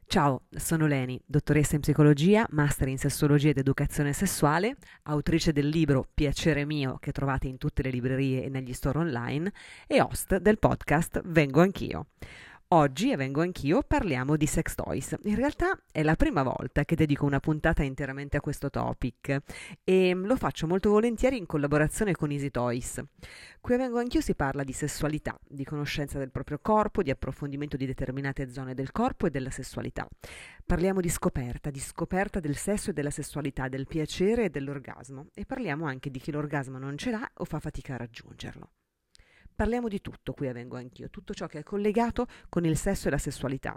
Ciao, sono Leni, dottoressa in psicologia, master in sessologia ed educazione sessuale, autrice del libro Piacere mio che trovate in tutte le librerie e negli store online e host del podcast Vengo Anch'io. Oggi, e vengo anch'io, parliamo di sex toys. In realtà è la prima volta che dedico una puntata interamente a questo topic e lo faccio molto volentieri in collaborazione con Easy Toys. Qui a Vengo Anch'io si parla di sessualità, di conoscenza del proprio corpo, di approfondimento di determinate zone del corpo e della sessualità. Parliamo di scoperta del sesso e della sessualità, del piacere e dell'orgasmo e parliamo anche di chi l'orgasmo non ce l'ha o fa fatica a raggiungerlo. Parliamo di tutto qui a Vengo Anch'io, tutto ciò che è collegato con il sesso e la sessualità.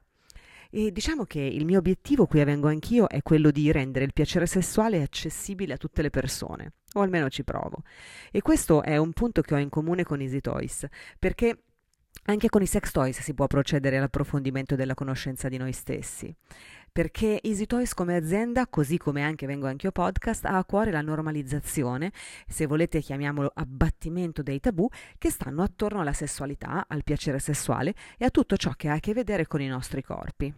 E diciamo che il mio obiettivo qui a Vengo Anch'io è quello di rendere il piacere sessuale accessibile a tutte le persone, o almeno ci provo. E questo è un punto che ho in comune con Easy Toys, perché anche con i sex toys si può procedere all'approfondimento della conoscenza di noi stessi, perché Easy Toys come azienda, così come anche Vengo Anch'io podcast, ha a cuore la normalizzazione, se volete chiamiamolo abbattimento dei tabù, che stanno attorno alla sessualità, al piacere sessuale e a tutto ciò che ha a che vedere con i nostri corpi.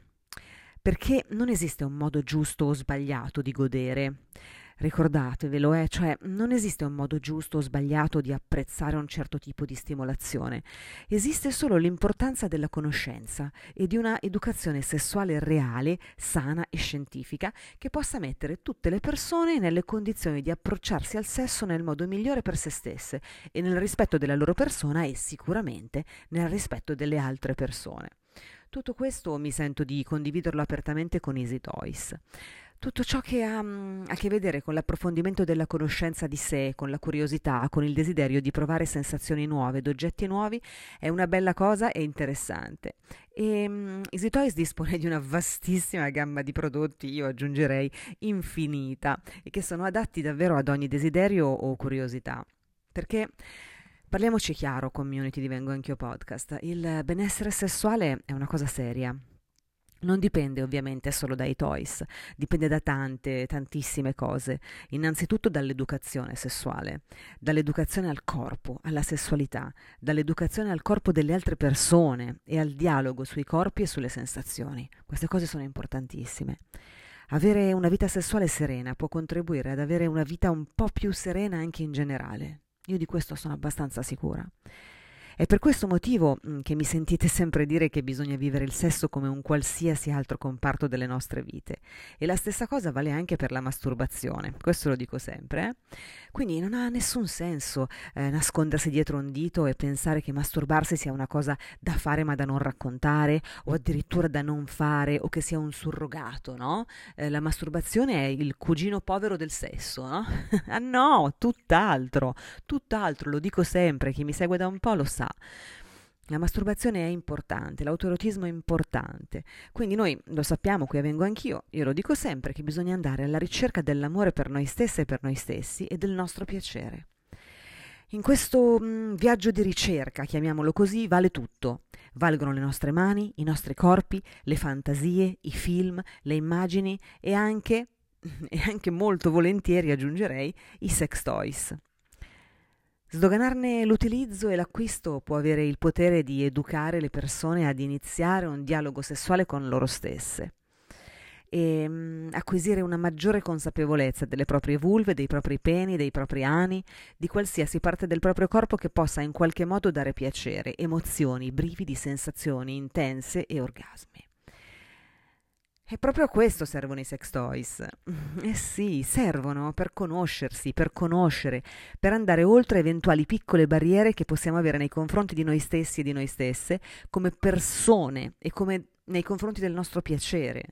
Perché non esiste un modo giusto o sbagliato di godere. Ricordatevelo, cioè non esiste un modo giusto o sbagliato di apprezzare un certo tipo di stimolazione. Esiste solo l'importanza della conoscenza e di una educazione sessuale reale, sana e scientifica che possa mettere tutte le persone nelle condizioni di approcciarsi al sesso nel modo migliore per se stesse e nel rispetto della loro persona e sicuramente nel rispetto delle altre persone. Tutto questo mi sento di condividerlo apertamente con Easy Toys. Tutto ciò che ha a che vedere con l'approfondimento della conoscenza di sé, con la curiosità, con il desiderio di provare sensazioni nuove ed oggetti nuovi è una bella cosa e interessante. E Easy Toys dispone di una vastissima gamma di prodotti, io aggiungerei infinita, e che sono adatti davvero ad ogni desiderio o curiosità. Perché parliamoci chiaro, community di Vengo Anch'io podcast, il benessere sessuale è una cosa seria. Non dipende ovviamente solo dai toys, dipende da tantissime cose. Innanzitutto dall'educazione sessuale, dall'educazione al corpo, alla sessualità, dall'educazione al corpo delle altre persone e al dialogo sui corpi e sulle sensazioni. Queste cose sono importantissime. Avere una vita sessuale serena può contribuire ad avere una vita un po' più serena anche in generale. Io di questo sono abbastanza sicura. È per questo motivo che mi sentite sempre dire che bisogna vivere il sesso come un qualsiasi altro comparto delle nostre vite. E la stessa cosa vale anche per la masturbazione, questo lo dico sempre. Quindi non ha nessun senso nascondersi dietro un dito e pensare che masturbarsi sia una cosa da fare ma da non raccontare, o addirittura da non fare, o che sia un surrogato, no? La masturbazione è il cugino povero del sesso, no? Ah no, tutt'altro, lo dico sempre, chi mi segue da un po' lo sa. La masturbazione è importante, l'autoerotismo è importante, quindi noi lo sappiamo, qui vengo anch'io, io lo dico sempre che bisogna andare alla ricerca dell'amore per noi stesse e per noi stessi e del nostro piacere. In questo viaggio di ricerca, chiamiamolo così, vale tutto. Valgono le nostre mani, i nostri corpi, le fantasie, i film, le immagini e anche molto volentieri aggiungerei i sex toys. Sdoganarne l'utilizzo e l'acquisto può avere il potere di educare le persone ad iniziare un dialogo sessuale con loro stesse e acquisire una maggiore consapevolezza delle proprie vulve, dei propri peni, dei propri ani, di qualsiasi parte del proprio corpo che possa in qualche modo dare piacere, emozioni, brividi, sensazioni intense e orgasmi. E proprio a questo servono i sex toys. Eh sì, servono per conoscersi, per conoscere, per andare oltre eventuali piccole barriere che possiamo avere nei confronti di noi stessi e di noi stesse, come persone e come nei confronti del nostro piacere.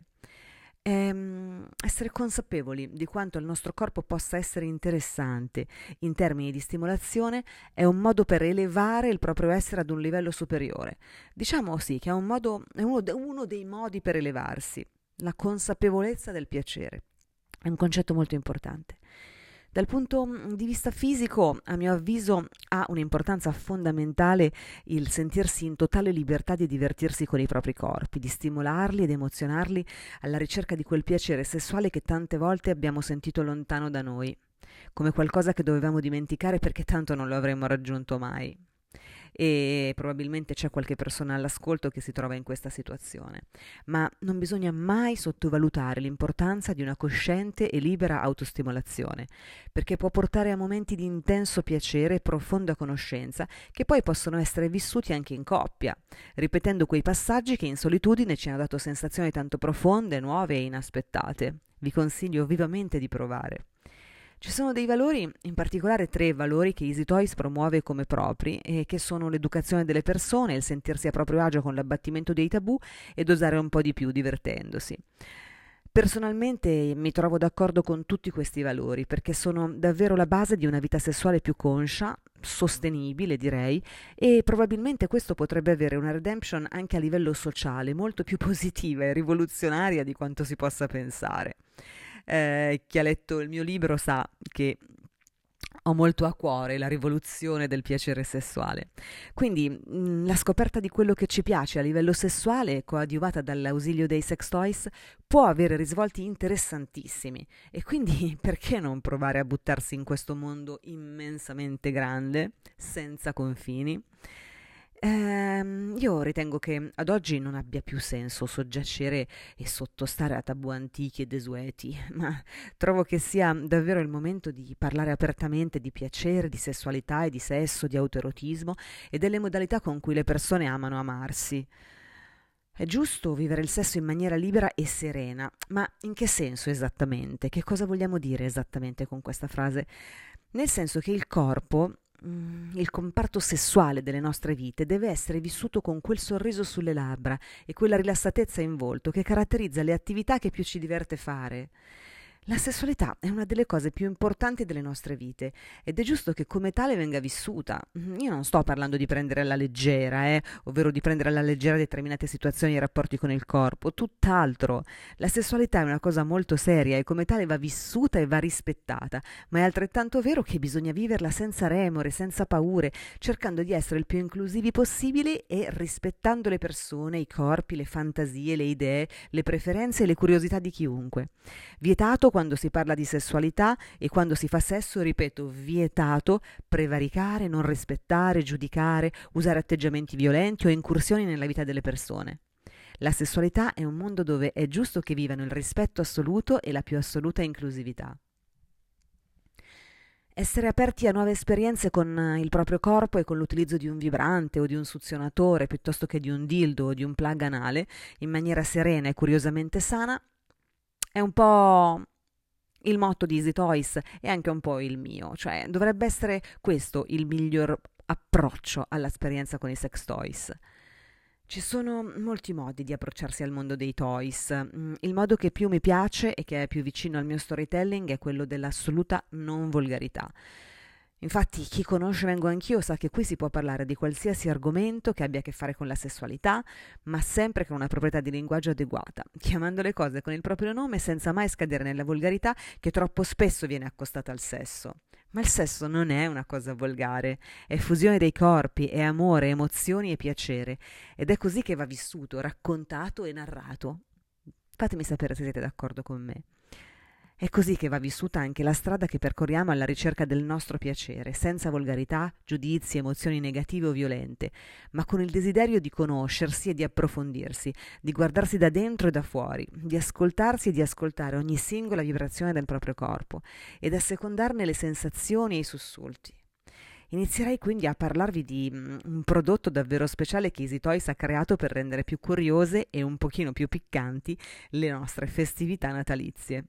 Essere consapevoli di quanto il nostro corpo possa essere interessante in termini di stimolazione è un modo per elevare il proprio essere ad un livello superiore. Diciamo sì, che è uno dei modi per elevarsi. La consapevolezza del piacere è un concetto molto importante. Dal punto di vista fisico, a mio avviso, ha un'importanza fondamentale il sentirsi in totale libertà di divertirsi con i propri corpi, di stimolarli ed emozionarli alla ricerca di quel piacere sessuale che tante volte abbiamo sentito lontano da noi, come qualcosa che dovevamo dimenticare perché tanto non lo avremmo raggiunto mai. e probabilmente c'è qualche persona all'ascolto che si trova in questa situazione. Ma non bisogna mai sottovalutare l'importanza di una cosciente e libera autostimolazione, perché può portare a momenti di intenso piacere e profonda conoscenza che poi possono essere vissuti anche in coppia, ripetendo quei passaggi che in solitudine ci hanno dato sensazioni tanto profonde, nuove e inaspettate. Vi consiglio vivamente di provare. Ci sono dei valori, in particolare 3 valori che Easy Toys promuove come propri e che sono l'educazione delle persone, il sentirsi a proprio agio con l'abbattimento dei tabù ed osare un po' di più divertendosi. Personalmente mi trovo d'accordo con tutti questi valori perché sono davvero la base di una vita sessuale più conscia, sostenibile direi, e probabilmente questo potrebbe avere una redemption anche a livello sociale molto più positiva e rivoluzionaria di quanto si possa pensare. Chi ha letto il mio libro sa che ho molto a cuore la rivoluzione del piacere sessuale. Quindi la scoperta di quello che ci piace a livello sessuale, coadiuvata dall'ausilio dei sex toys, può avere risvolti interessantissimi. E quindi perché non provare a buttarsi in questo mondo immensamente grande, senza confini? Io ritengo che ad oggi non abbia più senso soggiacere e sottostare a tabù antichi e desueti, ma trovo che sia davvero il momento di parlare apertamente di piacere, di sessualità e di sesso, di autoerotismo e delle modalità con cui le persone amano amarsi. È giusto vivere il sesso in maniera libera e serena, ma in che senso esattamente? Che cosa vogliamo dire esattamente con questa frase? Nel senso che il corpo, il comparto sessuale delle nostre vite deve essere vissuto con quel sorriso sulle labbra e quella rilassatezza in volto che caratterizza le attività che più ci diverte fare. La sessualità è una delle cose più importanti delle nostre vite ed è giusto che come tale venga vissuta. Io non sto parlando di prendere alla leggera, ovvero di prendere alla leggera determinate situazioni e rapporti con il corpo, tutt'altro. La sessualità è una cosa molto seria e come tale va vissuta e va rispettata, ma è altrettanto vero che bisogna viverla senza remore, senza paure, cercando di essere il più inclusivi possibili e rispettando le persone, i corpi, le fantasie, le idee, le preferenze e le curiosità di chiunque. Vietato quando si parla di sessualità e quando si fa sesso, ripeto, vietato prevaricare, non rispettare, giudicare, usare atteggiamenti violenti o incursioni nella vita delle persone. La sessualità è un mondo dove è giusto che vivano il rispetto assoluto e la più assoluta inclusività. Essere aperti a nuove esperienze con il proprio corpo e con l'utilizzo di un vibrante o di un suzionatore piuttosto che di un dildo o di un plug anale in maniera serena e curiosamente sana è un po' il motto di Easy Toys e anche un po' il mio, cioè dovrebbe essere questo il miglior approccio all'esperienza con i sex toys. Ci sono molti modi di approcciarsi al mondo dei toys. Il modo che più mi piace e che è più vicino al mio storytelling è quello dell'assoluta non volgarità. Infatti, chi conosce Vengo Anch'io sa che qui si può parlare di qualsiasi argomento che abbia a che fare con la sessualità, ma sempre con una proprietà di linguaggio adeguata, chiamando le cose con il proprio nome senza mai scadere nella volgarità che troppo spesso viene accostata al sesso. Ma il sesso non è una cosa volgare, è fusione dei corpi, è amore, emozioni e piacere, ed è così che va vissuto, raccontato e narrato. Fatemi sapere se siete d'accordo con me. È così che va vissuta anche la strada che percorriamo alla ricerca del nostro piacere, senza volgarità, giudizi, emozioni negative o violente, ma con il desiderio di conoscersi e di approfondirsi, di guardarsi da dentro e da fuori, di ascoltarsi e di ascoltare ogni singola vibrazione del proprio corpo ed assecondarne le sensazioni e i sussulti. Inizierei quindi a parlarvi di un prodotto davvero speciale che Easy Toys ha creato per rendere più curiose e un pochino più piccanti le nostre festività natalizie.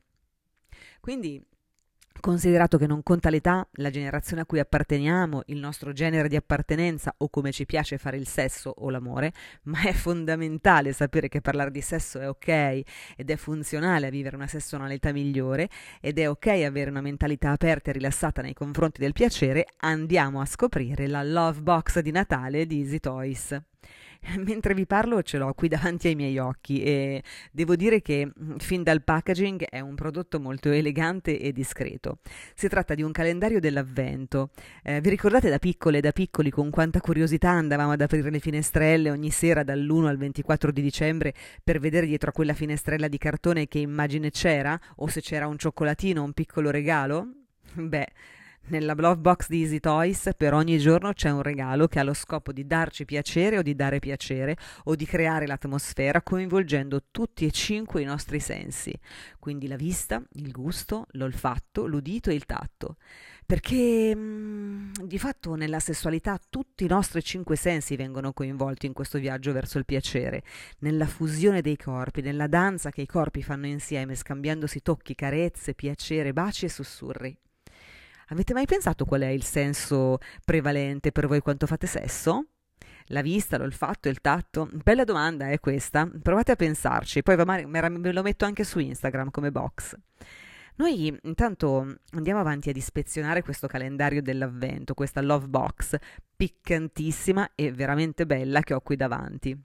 Quindi, considerato che non conta l'età, la generazione a cui apparteniamo, il nostro genere di appartenenza o come ci piace fare il sesso o l'amore, ma è fondamentale sapere che parlare di sesso è ok ed è funzionale a vivere una sessualità migliore ed è ok avere una mentalità aperta e rilassata nei confronti del piacere, andiamo a scoprire la Love Box di Natale di Easy Toys. Mentre vi parlo ce l'ho qui davanti ai miei occhi e devo dire che fin dal packaging è un prodotto molto elegante e discreto. Si tratta di un calendario dell'avvento. Vi ricordate da piccole e da piccoli con quanta curiosità andavamo ad aprire le finestrelle ogni sera dall'1 al 24 di dicembre per vedere dietro a quella finestrella di cartone che immagine c'era o se c'era un cioccolatino o un piccolo regalo? Beh, Nella Love Box di Easy Toys per ogni giorno c'è un regalo che ha lo scopo di darci piacere o di dare piacere o di creare l'atmosfera coinvolgendo tutti e 5 i nostri sensi, quindi la vista, il gusto, l'olfatto, l'udito e il tatto. Perché di fatto nella sessualità tutti i nostri 5 sensi vengono coinvolti in questo viaggio verso il piacere, nella fusione dei corpi, nella danza che i corpi fanno insieme, scambiandosi tocchi, carezze, piacere, baci e sussurri. Avete mai pensato qual è il senso prevalente per voi quando fate sesso? La vista, l'olfatto, il tatto? Bella domanda è questa, provate a pensarci, poi ve lo metto anche su Instagram come box. Noi intanto andiamo avanti ad ispezionare questo calendario dell'avvento, questa Love Box piccantissima e veramente bella che ho qui davanti.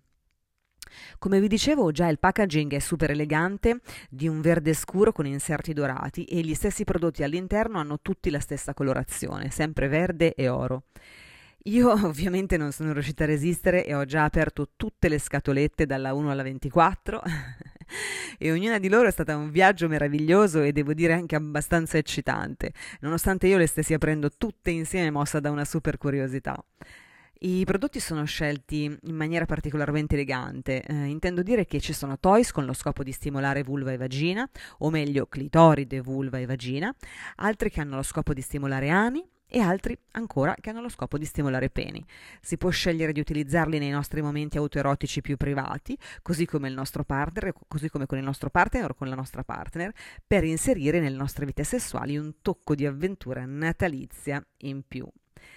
Come vi dicevo, già il packaging è super elegante, di un verde scuro con inserti dorati e gli stessi prodotti all'interno hanno tutti la stessa colorazione, sempre verde e oro. Io ovviamente non sono riuscita a resistere e ho già aperto tutte le scatolette dalla 1 alla 24 e ognuna di loro è stata un viaggio meraviglioso e devo dire anche abbastanza eccitante, nonostante io le stessi aprendo tutte insieme mossa da una super curiosità. I prodotti sono scelti in maniera particolarmente elegante, intendo dire che ci sono toys con lo scopo di stimolare vulva e vagina, o meglio clitoride, vulva e vagina, altri che hanno lo scopo di stimolare ani e altri ancora che hanno lo scopo di stimolare peni. Si può scegliere di utilizzarli nei nostri momenti autoerotici più privati, così come così come con il nostro partner o con la nostra partner, per inserire nelle nostre vite sessuali un tocco di avventura natalizia in più.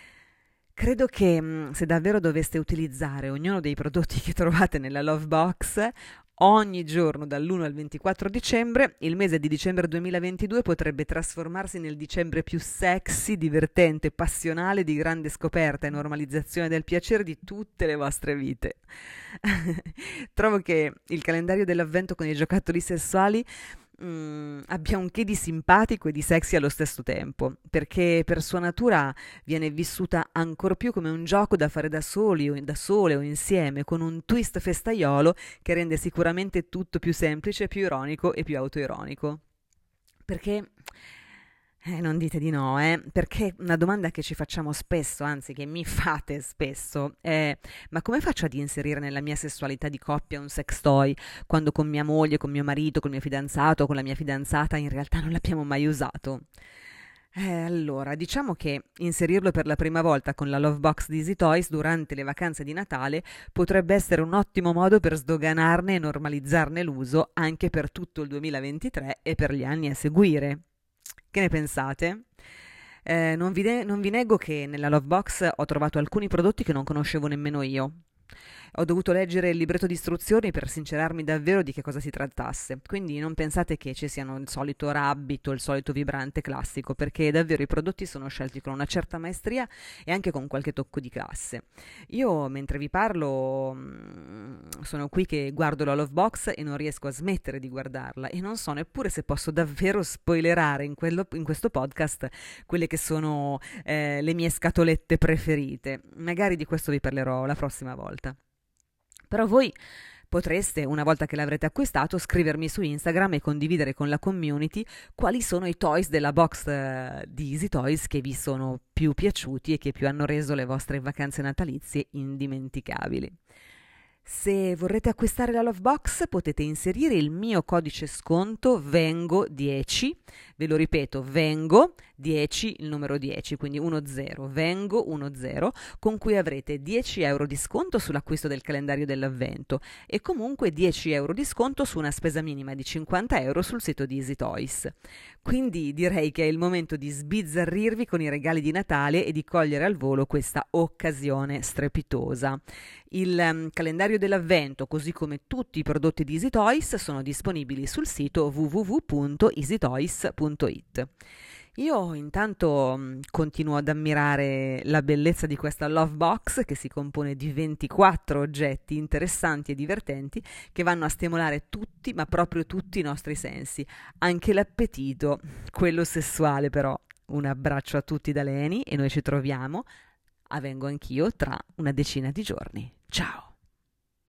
Credo che se davvero doveste utilizzare ognuno dei prodotti che trovate nella Love Box ogni giorno dall'1 al 24 dicembre, il mese di dicembre 2022 potrebbe trasformarsi nel dicembre più sexy, divertente, passionale, di grande scoperta e normalizzazione del piacere di tutte le vostre vite. Trovo che il calendario dell'avvento con i giocattoli sessuali abbia un che di simpatico e di sexy allo stesso tempo, perché per sua natura viene vissuta ancor più come un gioco da fare da soli o da sole o insieme, con un twist festaiolo che rende sicuramente tutto più semplice, più ironico e più autoironico. Perché non dite di no, perché una domanda che ci facciamo spesso, anzi che mi fate spesso, è: ma come faccio ad inserire nella mia sessualità di coppia un sex toy quando con mia moglie, con mio marito, col mio fidanzato, con la mia fidanzata in realtà non l'abbiamo mai usato? Allora, diciamo che inserirlo per la prima volta con la Love Box di Easy Toys durante le vacanze di Natale potrebbe essere un ottimo modo per sdoganarne e normalizzarne l'uso anche per tutto il 2023 e per gli anni a seguire. Che ne pensate? Non vi nego che nella Love Box ho trovato alcuni prodotti che non conoscevo nemmeno io. Ho dovuto leggere il libretto di istruzioni per sincerarmi davvero di che cosa si trattasse, quindi non pensate che ci siano il solito rabbito, il solito vibrante classico, perché davvero i prodotti sono scelti con una certa maestria e anche con qualche tocco di classe. Io mentre vi parlo sono qui che guardo la Love Box e non riesco a smettere di guardarla e non so neppure se posso davvero spoilerare in questo podcast quelle che sono le mie scatolette preferite. Magari di questo vi parlerò la prossima volta. Però voi potreste, una volta che l'avrete acquistato, scrivermi su Instagram e condividere con la community quali sono i toys della box di Easy Toys che vi sono più piaciuti e che più hanno reso le vostre vacanze natalizie indimenticabili. Se vorrete acquistare la Love Box potete inserire il mio codice sconto VENGO10, ve lo ripeto, VENGO 10, il numero 10, quindi 10, VENGO 10, con cui avrete 10 euro di sconto sull'acquisto del calendario dell'avvento e comunque 10 euro di sconto su una spesa minima di 50 euro sul sito di Easy Toys. Quindi direi che è il momento di sbizzarrirvi con i regali di Natale e di cogliere al volo questa occasione strepitosa. Il calendario dell'avvento, così come tutti i prodotti di Easy Toys, sono disponibili sul sito www.easytoys.it. Io intanto continuo ad ammirare la bellezza di questa Love Box che si compone di 24 oggetti interessanti e divertenti che vanno a stimolare tutti, ma proprio tutti i nostri sensi, anche l'appetito, quello sessuale però. Un abbraccio a tutti da Leni e noi ci troviamo, vengo anch'io, tra una decina di giorni. Ciao!